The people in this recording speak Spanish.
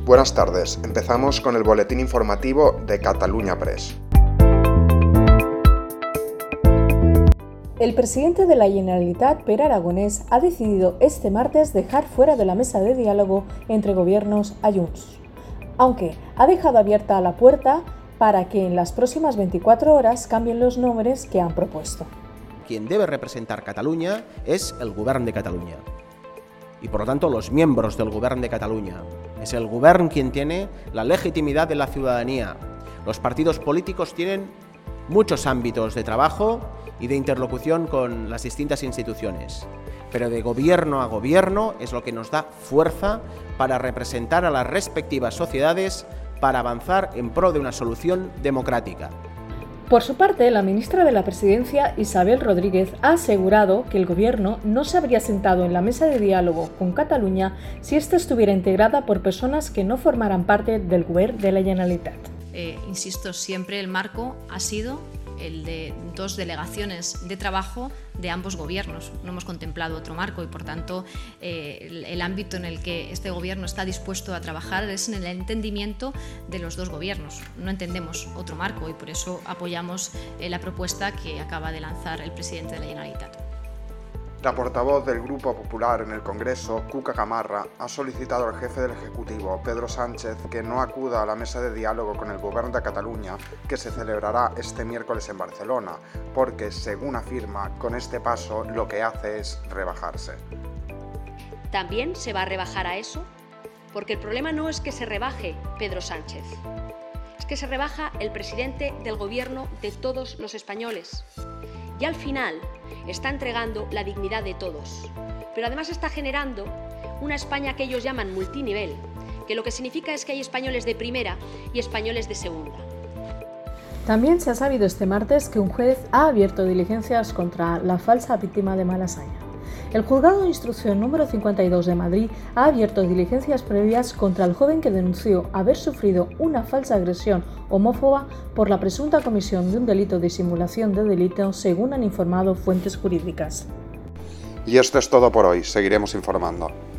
Buenas tardes, empezamos con el boletín informativo de Catalunya Press. El presidente de la Generalitat, Pere Aragonès, ha decidido este martes dejar fuera de la mesa de diálogo entre gobiernos a Junts, aunque ha dejado abierta la puerta para que en las próximas 24 horas cambien los nombres que han propuesto. Quien debe representar Cataluña es el Govern de Cataluña y por lo tanto los miembros del Govern de Cataluña. Es el Govern quien tiene la legitimidad de la ciudadanía. Los partidos políticos tienen muchos ámbitos de trabajo y de interlocución con las distintas instituciones, pero de gobierno a gobierno es lo que nos da fuerza para representar a las respectivas sociedades para avanzar en pro de una solución democrática. Por su parte, la ministra de la Presidencia, Isabel Rodríguez, ha asegurado que el Gobierno no se habría sentado en la mesa de diálogo con Cataluña si ésta estuviera integrada por personas que no formaran parte del Govern de la Generalitat. Insisto, siempre el marco ha sido el de dos delegaciones de trabajo de ambos gobiernos. No hemos contemplado otro marco y, por tanto, el ámbito en el que este gobierno está dispuesto a trabajar es en el entendimiento de los dos gobiernos. No entendemos otro marco y por eso apoyamos la propuesta que acaba de lanzar el presidente de la Generalitat. La portavoz del Grupo Popular en el Congreso, Cuca Gamarra, ha solicitado al jefe del Ejecutivo, Pedro Sánchez, que no acuda a la mesa de diálogo con el Govern de Cataluña, que se celebrará este miércoles en Barcelona, porque, según afirma, con este paso lo que hace es rebajarse. ¿También se va a rebajar a eso? Porque el problema no es que se rebaje Pedro Sánchez, es que se rebaja el presidente del Gobierno de todos los españoles. Y al final está entregando la dignidad de todos, pero además está generando una España que ellos llaman multinivel, que lo que significa es que hay españoles de primera y españoles de segunda. También se ha sabido este martes que un juez ha abierto diligencias contra la falsa víctima de Malasaña. El Juzgado de Instrucción número 52 de Madrid ha abierto diligencias previas contra el joven que denunció haber sufrido una falsa agresión homófoba por la presunta comisión de un delito de simulación de delito, según han informado fuentes jurídicas. Y esto es todo por hoy, seguiremos informando.